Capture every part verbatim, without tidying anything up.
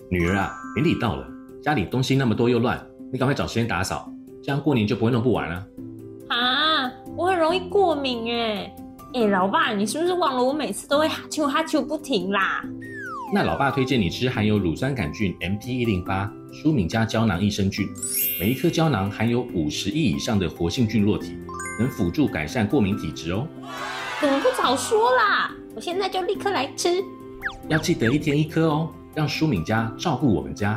女儿啊，年底到了，家里东西那么多又乱，你赶快找时间打扫，这样过年就不会弄不完了。 啊，我很容易过敏哎。哎，老爸，你是不是忘了我每次都会哈啾哈啾不停啦？ 那老爸推荐你吃含有乳酸杆菌 M P 一零八 舒敏佳胶囊益生菌，每一颗胶囊含有五十亿以上的活性菌落体，能辅助改善过敏体质哦。 怎么不早说啦？我现在就立刻来吃。 要记得一天一颗哦，让舒敏佳照顾我们家。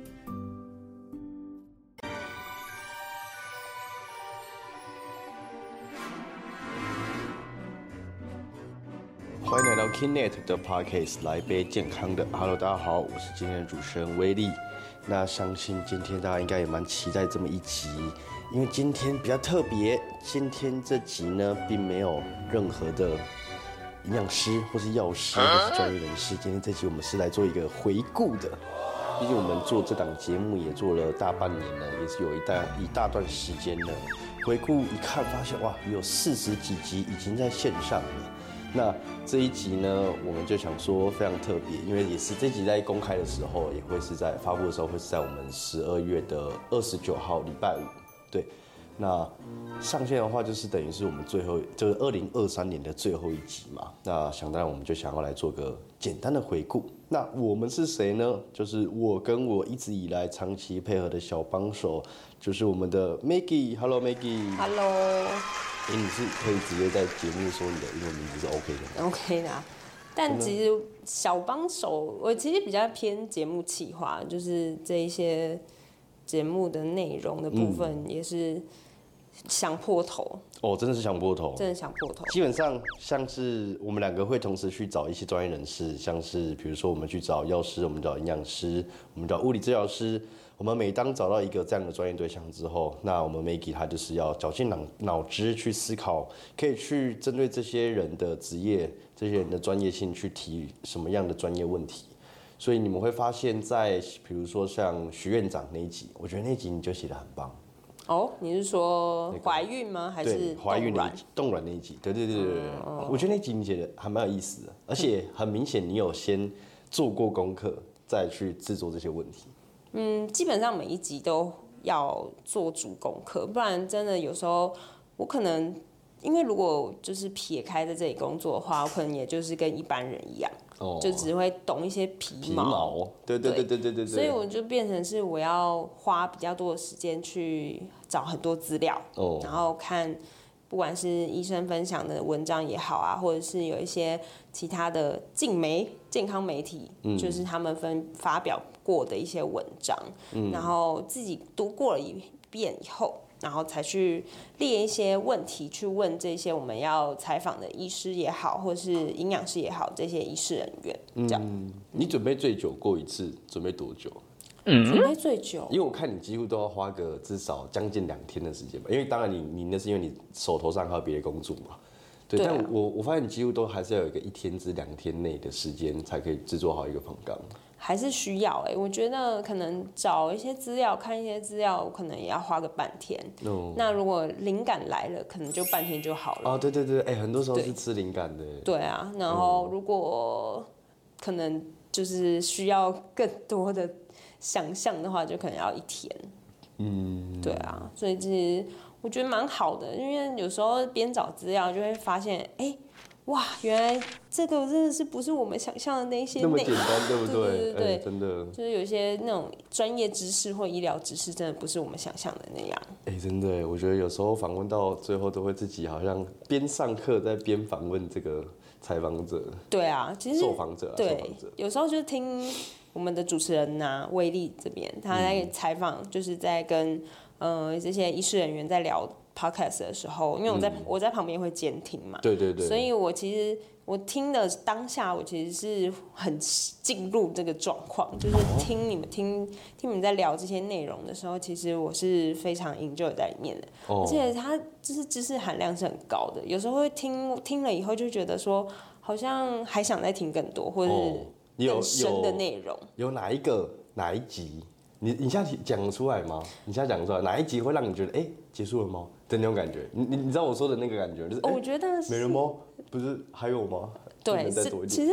欢迎来到 Kinet 的 Podcast， 来杯健康的。Hello， 大家好，我是今天的主持人威力。那相信今天大家应该也蛮期待这么一集，因为今天比较特别。今天这集呢，并没有任何的营养师或是药师或是专业人士。今天这集我们是来做一个回顾的。毕竟我们做这档节目也做了大半年了，也是有一大一大段时间了。回顾一看，发现哇，有四十几集已经在线上了。那这一集呢，我们就想说非常特别，因为也是这集在公开的时候，也会是在发布的时候，会是在我们十二月的二十九号礼拜五。对，那上线的话，就是等于是我们最后，就是二零二三年的最后一集嘛。那想当然，我们就想要来做个简单的回顾。那我们是谁呢？就是我跟我一直以来长期配合的小帮手，就是我们的 Maggie。Hello Maggie。Hello。哎，你是可以直接在节目说你的英文名字是 OK 的 ？OK 的、啊，但其实小帮手，我其实比较偏节目企划，就是这一些节目的内容的部分也是想破头。 哦，真的是想破头， 真的想破头。 基本上像是我们两个会同时去找一些专业人士，像是比如说我们去找药师，我们找营养师，我们找物理治疗师。我们每当找到一个这样的专业对象之后，那我们 Maggie 他就是要绞尽脑脑汁去思考，可以去针对这些人的职业、这些人的专业性去提什么样的专业问题。所以你们会发现在比如说像徐院长那一集，我觉得那一集你就写得很棒。 哦，你是说怀孕吗？还是怀孕那一集、冻卵那一集？对对对对对，嗯、我觉得那集你写的还蛮有意思的，而且很明显你有先做过功课，再去制作这些问题。 嗯，基本上每一集都要做足功课，不然真的有时候我可能，因为如果就是撇开在这里工作的话，我可能也就是跟一般人一样，哦、就只会懂一些皮毛。 皮毛，对对对对对对对。 所以我就变成是我要花比较多的时间去找很多资料，哦、然后看。不管是医生分享的文章也好啊，或者是有一些其他的竞媒健康媒体，嗯、就是他们分发表过的一些文章，嗯、然后自己读过了一遍以后，然后才去列一些问题去问这些我们要采访的医师也好，或是营养师也好，这些医事人员。这样， 嗯，你准备最久过一次，准备多久？ 嗯，准备最久， 因为我看你几乎都要花个至少将近两天的时间吧。因为当然你你那是因为你手头上还有别的工作嘛，对。对啊、但我我发现你几乎都还是要有一个一天至两天内的时间才可以制作好一个访纲。 还是需要哎、欸，我觉得可能找一些资料，看一些资料，可能也要花个半天。哦、那如果灵感来了，可能就半天就好了。 哦，对对对，哎、欸，很多时候是吃灵感的。 对啊，然后如果可能就是需要更多的。想象的话，就可能要一天。嗯，对啊，所以其实我觉得蛮好的，因为有时候边找资料就会发现，哎、欸，哇，原来这个真的是不是我们想象的那些内容， 那么简单，对不对？ 对对对对、 欸，真的， 就是有一些那种专业知识或医疗知识，真的不是我们想象的那样。 哎、欸，真的，我觉得有时候访问到最后，都会自己好像边上课在边访问这个采访者。 对啊，其实受访者、啊， 对， 受访者有时候就是听。我们的主持人呐、啊，威力这边，他在采访，就是在跟呃这些医师人员在聊 podcast 的时候，因为我在、嗯、我在旁边会监听嘛， 对对对， 所以我其实我听的当下，我其实是很进入这个状况，就是听你们听听你们在聊这些内容的时候，其实我是非常 enjoy 在里面的，哦、而且它就是知识含量是很高的，有时候会听听了以后就觉得说，好像还想再听更多，或者是。哦更深的内容有, 有哪一个哪一集？你你现在讲出来吗？你现在讲出来哪一集会让你觉得哎、欸、结束了吗的那种感觉？你你你知道我说的那个感觉就是？ 我觉得是没了吗？不是还有吗？ 对，其实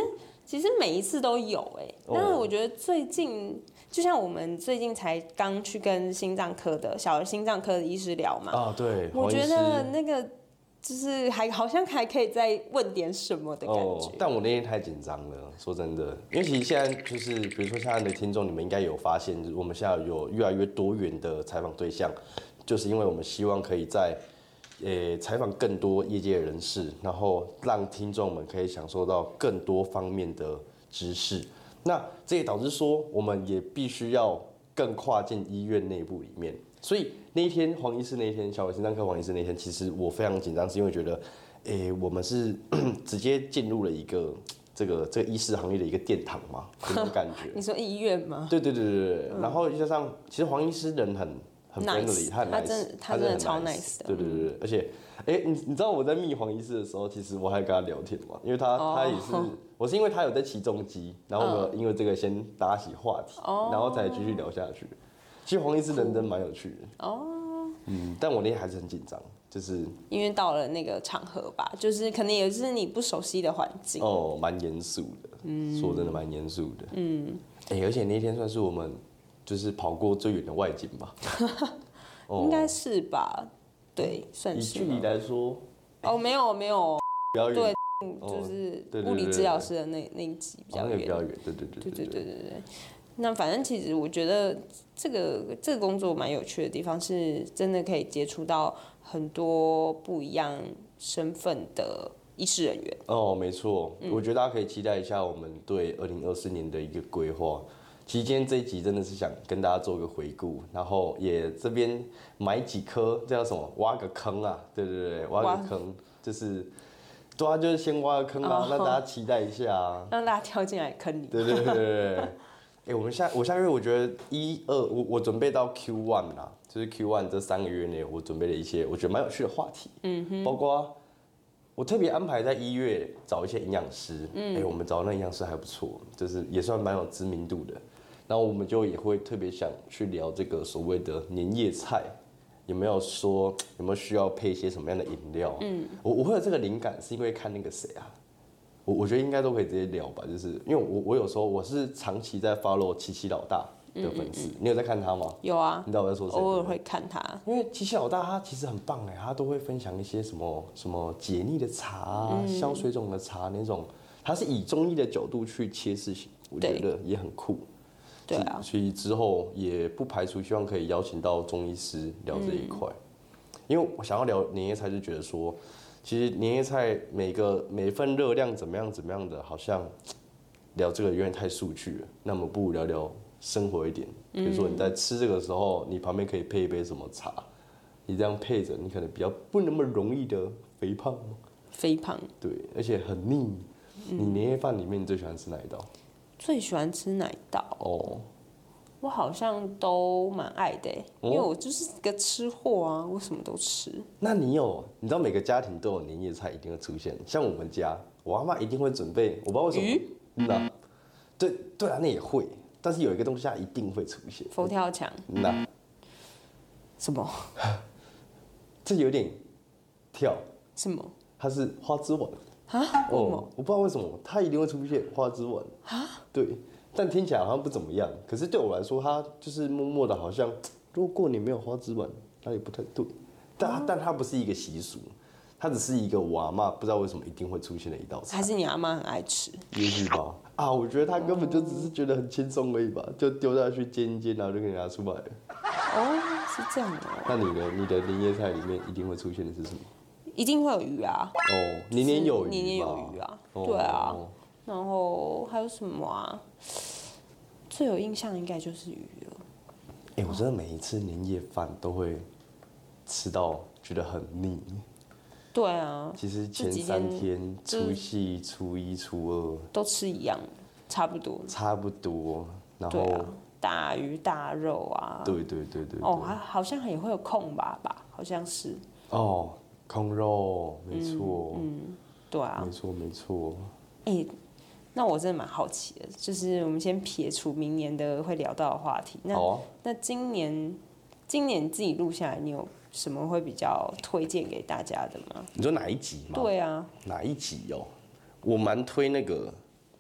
其实每一次都有哎、欸，但是我觉得最近，就像我们最近才刚去跟心脏科的小儿心脏科的医师聊嘛， 啊，对， 我觉得那个就是还好像还可以再问点什么的感觉。哦， 但我那天太紧张了，说真的，因为其实现在就是比如说现在的听众，你们应该有发现，我们现在有越来越多元的采访对象，就是因为我们希望可以在。呃，采访更多业界人士，然后让听众们可以享受到更多方面的知识。那这也导致说，我们也必须要更跨进医院内部里面。所以那一天黄医师那一天，小儿心脏科黄医师那一天，其实我非常紧张，是因为觉得，诶，我们是直接进入了一个这个这个医师行业的一个殿堂嘛，这种感觉。 你说医院吗？ 对对对对对。嗯、然后加上，其实黄医师人很。很 friendly， 他很 nice， 真他真的超 nice 的。 对对对，而且，哎、欸，你你知道我在密黄医师的时候，其实我还跟他聊天嘛，因为他、oh. 他也是，我是因为他有在骑重机，然后我因为这个先搭起话题， oh. 然后才继续聊下去。其实黄医师人真蛮有趣的。哦。Oh. 嗯，但我那天还是很紧张，就是因为到了那个场合吧，就是可能也是你不熟悉的环境。 哦，蛮严肃的，嗯，说真的蛮严肃的，嗯，哎、欸，而且那天算是我们。就是跑过最远的外景吧， 哦、应该是吧？对，算是。 以距离来说， 哦，没有没有， 比较远。 对，就是物理治疗师的那那一集比较远， 比较远。对对对对对对对对。那反正其实我觉得这个这个工作蛮有趣的地方，是真的可以接触到很多不一样身份的医师人员。 哦，没错，嗯、我觉得大家可以期待一下我们对二零二四年的一个规划。其实今天这一集真的是想跟大家做个回顾，然后也这边埋几颗，这叫什么？挖个坑啊！对对对，挖个坑，就是对啊，就是先挖个坑啊，让、oh, 大家期待一下啊， 让大家跳进来坑里。 对对对对对。哎、欸，我们下我下个月我觉得一二我我准备到 Q 一 啦，就是 Q 一 这三个月内，我准备了一些我觉得蛮有趣的话题，嗯哼，包括我特别安排在一月找一些营养师，嗯，哎、欸，我们找那营养师还不错，就是也算蛮有知名度的。然后我们就也会特别想去聊这个所谓的年夜菜，有没有说有没有需要配一些什么样的饮料？嗯，我我会有这个灵感，是因为看那个谁啊，我我觉得应该都可以直接聊吧，就是因为我我有时候我是长期在 follow 七七老大的粉丝，嗯嗯嗯你有在看他吗？ 有啊， 你知道我在说谁？ 偶尔会看他， 因为七七老大他其实很棒哎，他都会分享一些什么什么解腻的茶啊、嗯、消水肿的茶那种，他是以中医的角度去切事情，我觉得也很酷。 对啊， 所以之后也不排除希望可以邀请到中医师聊这一块，嗯、因为我想要聊年夜菜，就觉得说，其实年夜菜每个每份热量怎么样怎么样的，好像聊这个有点太数据了。那么不如聊聊生活一点，比如说你在吃这个时候，你旁边可以配一杯什么茶，你这样配着，你可能比较不那么容易的肥胖。 肥胖。对， 而且很腻。嗯、你年夜饭里面你最喜欢吃哪一道？ 最喜欢吃哪一道？哦，我好像都蛮爱的、欸，因为我就是个吃货啊，我什么都吃。 那你有？你知道每个家庭都有年夜菜一定会出现，像我们家，我阿嬤一定会准备，我不知道为什么，鱼嗯啊，对对啊，那也会，但是有一个东西它一定会出现， 佛跳墙。 那什么？ 这有点跳。 什么？ 它是花枝丸。 啊？哦， 我不知道为什么它一定会出现花枝丸啊？对，但听起来好像不怎么样。可是对我来说，它就是默默的，好像如果过年没有花枝丸，那也不太对。但、啊、但它不是一个习俗，它只是一个我阿嬤不知道为什么一定会出现的一道菜。 还是你阿嬤很爱吃？ 也许吧。啊，我觉得他根本就只是觉得很轻松而已吧，就丢下去煎一煎，然后就给你拿出来了。 哦，是这样的、哦。 那你呢？你的年夜菜里面一定会出现的是什么？ 一定会有鱼啊！ 哦，年年有余， 年年有余啊！哦、对啊，然后还有什么啊？最有印象应该就是鱼了。 哎、欸，我真的每一次年夜饭都会吃到觉得很腻。 对啊， 其实前三天，除夕、初一、初二都吃一样，差不多。 差不多，然后、 啊、大鱼大肉啊。 对对对 对, 對。 哦，还好像也会有控吧吧，好像是。 哦。控肉，没错、 嗯，嗯，对啊， 没错没错。 哎、欸，那我真的蛮好奇的，就是我们先撇除明年的会聊到的话题，那、啊、那今年今年自己录下来，你有什么会比较推荐给大家的吗？ 你说哪一集吗？ 对啊， 哪一集哦？我蛮推那个，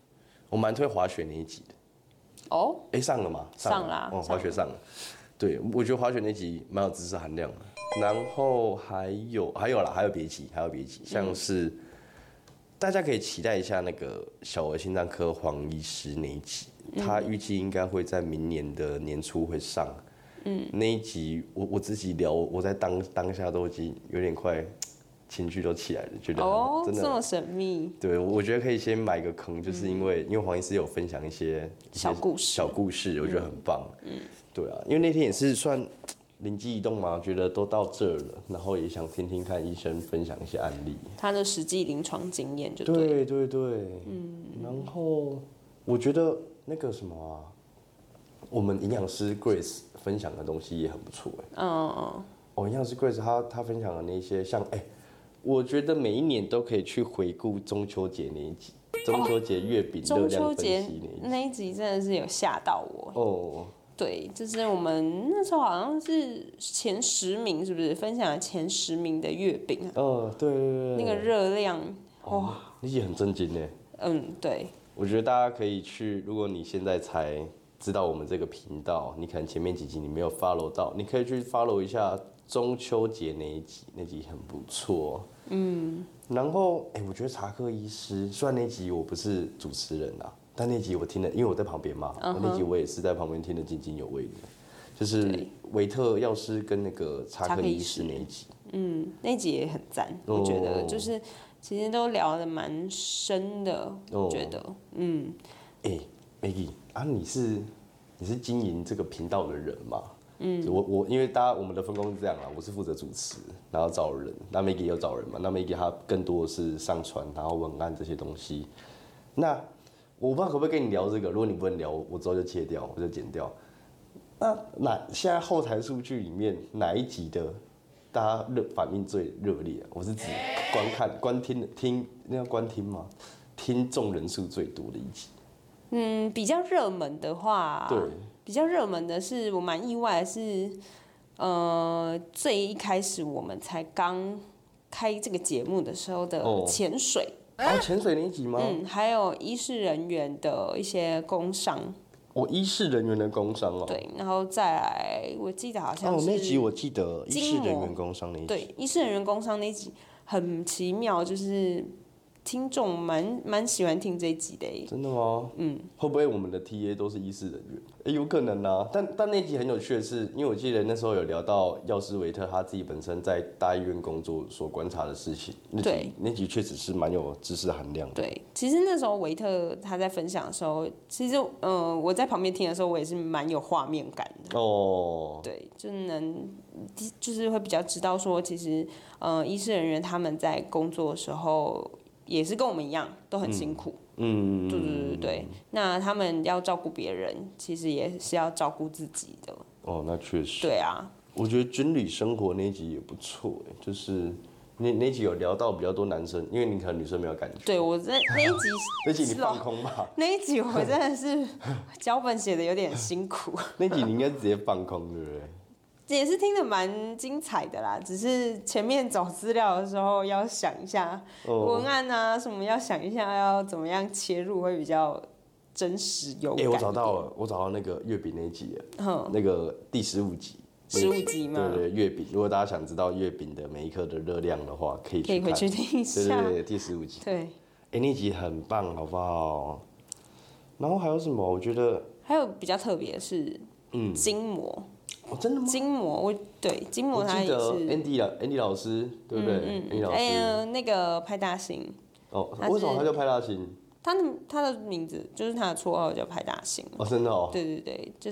我蛮推滑雪那一集的。 哦， 哎、欸，上了吗？ 上了， 哦，滑雪上了。对，我觉得滑雪那集蛮有知识含量的。然后还有还有啦，还有别集，还有别集，像是、嗯、大家可以期待一下那个小儿心脏科黄医师那一集，嗯、他预计应该会在明年的年初会上。嗯，那一集我我自己聊，我在当当下都已经有点快。情绪都起来了，觉得哦， 真的这么神秘。 对，我觉得可以先埋个坑，就是因为、嗯、因为黄医师有分享一些小故事， 小故事，我觉得很棒。嗯，对啊，因为那天也是算灵机一动嘛，觉得都到这了，然后也想听听看医生分享一些案例， 他的实际临床经验就对。对对对，嗯，然后我觉得那个什么啊，我们营养师 Grace 分享的东西也很不错哎。嗯嗯。哦，营养师 Grace 他他分享的那些像哎。欸我觉得每一年都可以去回顾中秋节那一集，中秋节月饼热量分析那一集， 那一集真的是有吓到我。 哦， 对，就是我们那时候好像是前十名，是不是分享了前十名的月饼？ 哦，对对对， 那个热量，哇、 哦，那集很震惊呢。 嗯，对。 我觉得大家可以去，如果你现在才知道我们这个频道，你可能前面几集你没有 follow 到，你可以去 follow 一下。中秋节那一集，那集很不错。嗯，然后哎、欸，我觉得查克医师，虽然那集我不是主持人啊，但那集我听了，因为我在旁边嘛， uh-huh. 我那集我也是在旁边听得津津有味的。就是维特药师跟那个查克医师那一集， 嗯，那集也很赞，我觉得就是其实都聊得蛮深的，我觉得，嗯。 哎、欸、，Maggie 啊，你是你是经营这个频道的人吗？嗯，我我因为大家我们的分工是这样啦，我是负责主持，然后找人，那 Maggie 也有找人嘛，那 Maggie 她更多的是上传，然后文案这些东西。那我不知道可不可以跟你聊这个，如果你不能聊，我之后就切掉，我就剪掉。那哪现在后台数据里面哪一集的大家热反应最热烈？我是指观看、观听、听那叫观听吗？听众人数最多的一集。 嗯，比较热门的话， 对。 比较热门的是，我蛮意外的是，呃，最一开始我们才刚开这个节目的时候的潜水， 哦，潜水那一集吗？ 嗯，还有医事人员的一些工伤。 哦，医事人员的工伤哦。 对，然后再来，我记得好像是。 哦，那集我记得医事人员工伤那一集。 对，医事人员工伤那一集很奇妙，就是听众蛮蛮喜欢听这一集的耶。 真的吗？嗯。会不会我们的 T A 都是医事人员？哎、欸，有可能啊。但但那集很有趣的是，因为我记得那时候有聊到药师维特他自己本身在大医院工作所观察的事情。那集那集确实是蛮有知识含量的。 对，其实那时候维特他在分享的时候，其实嗯、呃、我在旁边听的时候，我也是蛮有画面感的。哦。对，就能就是会比较知道说，其实呃医事人员他们在工作的时候。也是跟我们一样，都很辛苦。嗯，对对对对。那他们要照顾别人，其实也是要照顾自己的。 哦，那确实。 对啊。 我觉得军旅生活那一集也不错，就是那那集有聊到比较多男生，因为你可能女生没有感觉。 对，我那那一集那集你放空吧。 那一集我真的是脚本写的有点辛苦。 那集你应该直接放空，对不对？ 也是听得蛮精彩的啦，只是前面找资料的时候要想一下文案啊什么，要想一下要怎么样切入会比较真实有感。哎、 欸，我找到了，我找到那个月饼那一集了，那个第十五集。 十五集吗？ 对对，月饼。如果大家想知道月饼的每一颗的热量的话，可以去可以回去听一下。 对对对，第十五集。 对。 哎、欸，那集很棒，好不好？然后还有什么？我觉得还有比较特别的是，嗯，筋膜。 哦，真的吗？ 筋膜，我对筋膜，他也是 Andy 老 Andy 老师，对不对？嗯嗯。Andy 老师， 哎呀，那个派大星。 哦，为什么他叫派大星？ 他的他的名字就是他的绰号叫派大星。 哦，真的哦。 对对对，就是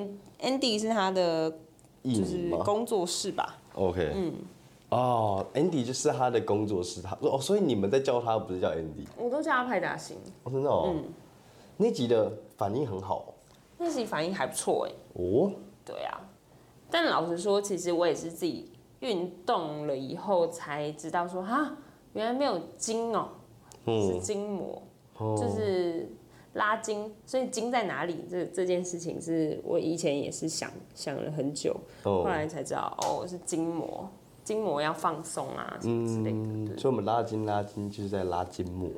Andy 是他的，就是工作室吧。 OK。嗯。哦 ，Andy 就是他的工作室，他哦，所以你们在叫他不是叫 Andy？ 我都叫他派大星。 哦，真的哦。嗯。那集的反应很好。 那集反应还不错哎。 哦。 对啊。但老实说，其实我也是自己运动了以后才知道说，哈，原来没有筋哦、喔，嗯、是筋膜，哦、就是拉筋。所以筋在哪里？这这件事情是我以前也是想想了很久，哦、后来才知道，哦，是筋膜，筋膜要放松啊，什么之类的。嗯、 所以我们拉筋拉筋就是在拉筋膜啊。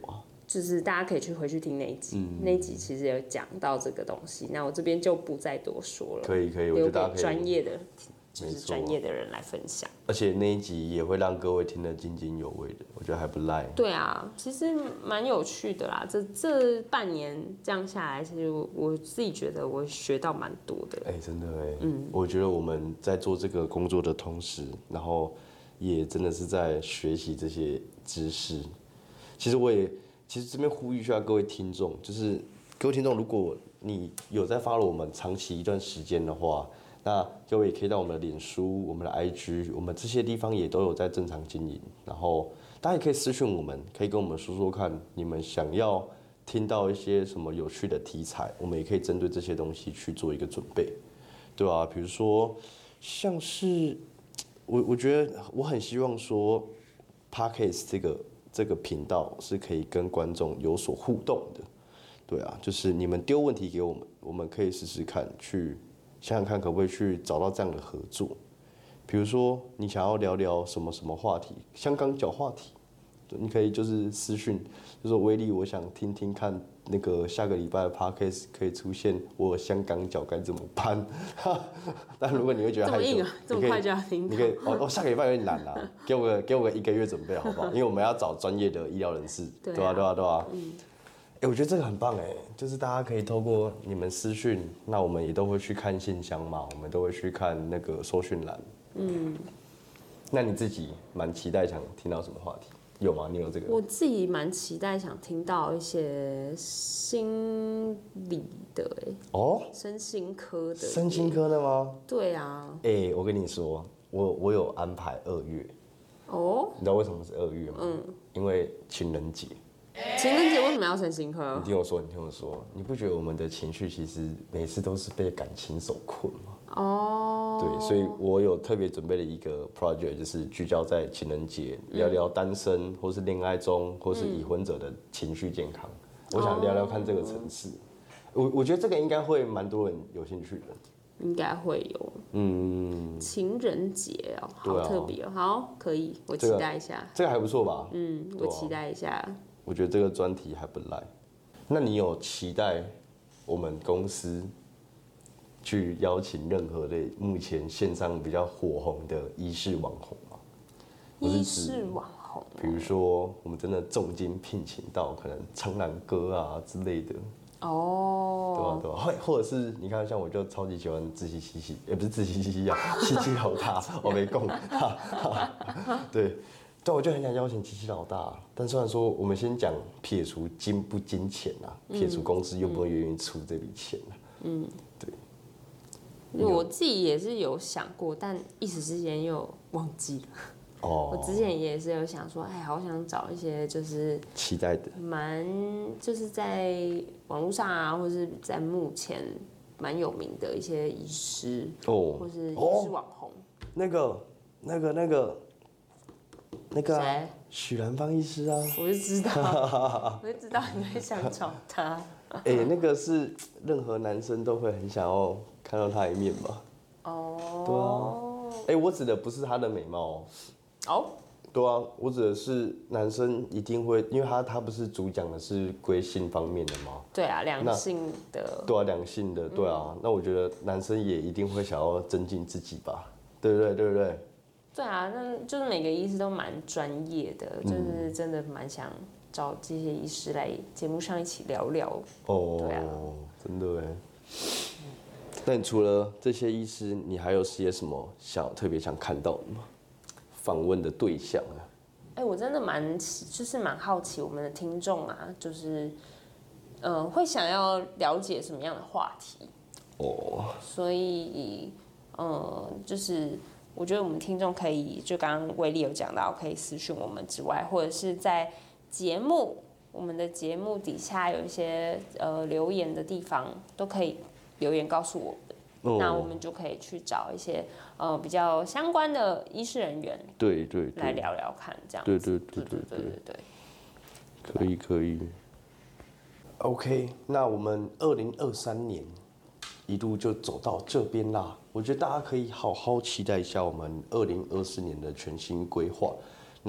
就是大家可以去回去听那一集，嗯、那一集其实有讲到这个东西，那我这边就不再多说了。 可以可以，我觉得大家可以专业的，就是专业的人来分享。 而且那一集也会让各位听得津津有味的，我觉得还不赖。 对啊，其实蛮有趣的啦。这这半年这样下来，其实我我自己觉得我学到蛮多的。 哎、欸，真的哎、欸，嗯，我觉得我们在做这个工作的同时，然后也真的是在学习这些知识。其实我也。其实这边呼吁一下各位听众，就是各位听众，如果你有在 follow 我们长期一段时间的话，那各位也可以到我们的脸书、我们的 I G， 我们这些地方也都有在正常经营。然后大家也可以私讯我们，可以跟我们说说看，你们想要听到一些什么有趣的题材，我们也可以针对这些东西去做一个准备，对吧、啊？比如说像是我，我觉得我很希望说 Podcast 这个。这个频道是可以跟观众有所互动的，对啊，就是你们丢问题给我们，我们可以试试看，去想想看可不可以去找到这样的合作。比如说你想要聊聊什么什么话题，香港脚话题，你可以就是私讯，就说威力，我想听听看那个下个礼拜的 podcast 可以出现我香港脚该怎么办？但如果你会觉得害羞， 这么硬啊，这么快就要听到， 你可以哦哦，下个礼拜有点难啦、啊，给我个给我个一个月准备好不好？因为我们要找专业的医疗人士，对啊对啊对啊。嗯，哎、欸，我觉得这个很棒哎，就是大家可以透过你们私讯，那我们也都会去看信箱嘛，我们都会去看那个搜讯栏。嗯，那你自己蛮期待想听到什么话题？有吗？你有这个？ 我自己蛮期待想听到一些心理的哎，哦，身心科的， 身心科的吗？ 对啊。 哎、欸，我跟你说，我我有安排二月。哦。你知道为什么是二月吗？嗯。因为情人节。 情人节为什么要身心科？ 你听我说，你听我说，你不觉得我们的情绪其实每次都是被感情所困吗？哦，对，所以我有特别准备了一个 project， 就是聚焦在情人节，聊聊单身或是恋爱中或是已婚者的情绪健康。嗯、我想聊聊看这个层次，我我觉得这个应该会蛮多人有兴趣的。 应该会有，嗯，情人节哦，好特别哦，好，可以，我期待一下。 这个还不错吧？ 嗯，我期待一下。 我觉得这个专题还不赖。那你有期待我们公司去邀请任何的目前线上比较火红的医事网红吗？ 医事网红， 比如说我们真的重金聘请到可能苍兰哥啊之类的。哦，对啊对啊，或或者是你看，像我就超级喜欢自西西西，也不是自西西西啊，七七老大，我没供。对，但我就很想邀請七七老大，但虽然說我們先講撇除金不金錢啊，撇除公司願不願意出這筆錢啊，嗯，對。 我自己也是有想過，但一時之間又忘記了。哦，我之前也是有想說，哎，好想找一些就是期待的， 蠻就是在網絡上啊，或是在目前蠻有名的一些醫師，哦，或是醫師網紅， 那個、那個、那個。那個啊，許蘭芳醫師啊， 我就知道，我就知道你會想找他。 哎、欸，那個是任何男生都會很想要看到他一面吧？哦，對啊。哎、欸，我指的不是他的美貌哦。對啊，我指的是男生一定會，因為他他不是主講的是歸性方面的嗎？ 對啊，兩性的。 對啊，兩性的，對啊。嗯、那我覺得男生也一定會想要增進自己吧？對不對？對不對？ 对啊，那就是每个醫師都蠻專業的，嗯、就是真的蠻想找這些醫師來節目上一起聊聊。哦，對啊， 真的哎。那你除了這些醫師，你還有些什麼想特別想看到的嗎？訪問的對象啊？ 哎、欸，我真的蠻就是蠻好奇我們的聽眾啊，就是嗯、呃、會想要了解什麼樣的話題哦，所以嗯、呃、就是。我覺得我們聽眾可以，就剛剛威力有講到，可以私訊我們之外，或者是在節目我們的節目底下有一些呃留言的地方，都可以留言告訴我們，哦、那我們就可以去找一些呃比較相關的醫事人員， 對對， 來聊聊看，這樣子， 對對對對對對對，可以可以。OK， 那我們二零二三年一路就走到這邊啦。我覺得大家可以好好期待一下我們二零二四年的全新規劃。那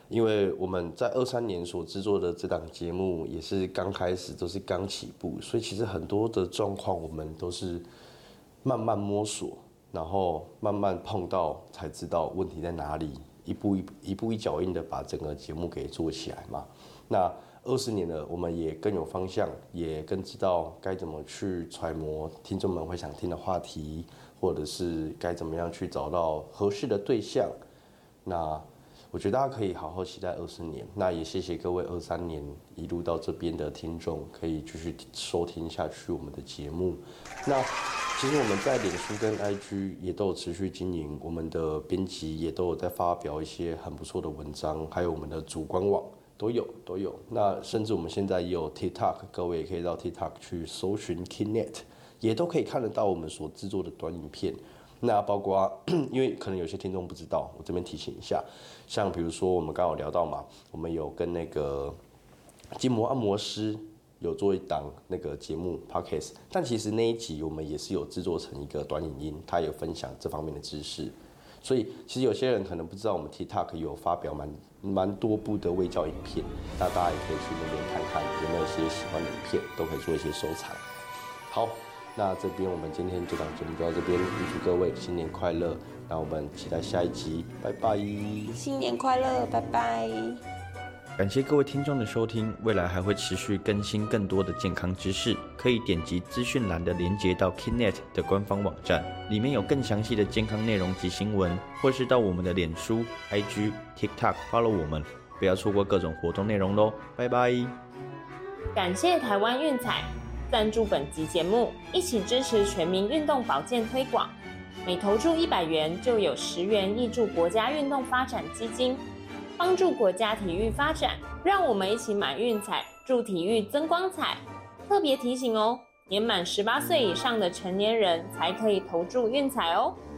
因为我们在二三年所制作的这档节目也是刚开始，都是刚起步，所以其实很多的状况我们都是慢慢摸索，然后慢慢碰到才知道问题在哪里，一步一一步一脚印的把整个节目给做起来嘛。那二十年了，我们也更有方向，也更知道该怎么去揣摩听众们会想听的话题，或者是该怎么样去找到合适的对象。那我觉得大家可以好好期待二十年。那也谢谢各位二三年一路到这边的听众，可以继续收听下去我们的节目。那其实我们在脸书跟 I G 也都有持续经营，我们的编辑也都有在发表一些很不错的文章，还有我们的主官网都有都有。那甚至我们现在也有 TikTok， 各位也可以到 TikTok 去搜寻 Kinnet， 也都可以看得到我们所制作的短影片。那包括，因为可能有些听众不知道，我这边提醒一下，像比如说我们刚好聊到嘛，我们有跟那个筋膜按摩师有做一档那个节目 podcast， 但其实那一集我们也是有制作成一个短影音，他有分享这方面的知识，所以其实有些人可能不知道，我们 TikTok 有发表蛮蛮多部的卫教影片，那大家也可以去那边看看有没有一些喜欢的影片，都可以做一些收藏。好。那这边我们今天这档节目就到这边，预祝各位新年快乐！那我们期待下一集，拜拜！ 新年快乐，拜拜！ 感谢各位听众的收听，未来还会持续更新更多的健康知识，可以点击资讯栏的连结到 Kinnet 的官方网站，里面有更详细的健康内容及新闻，或是到我们的脸书、I G、TikTok follow 我们，不要错过各种活动内容咯，拜拜！ 感谢台湾运彩赞助本集节目，一起支持全民运动保健推广。每投注一百元就有十元挹注国家运动发展基金，帮助国家体育发展。让我们一起买运彩，助体育增光彩。特别提醒哦，年满十八岁以上的成年人才可以投注运彩哦。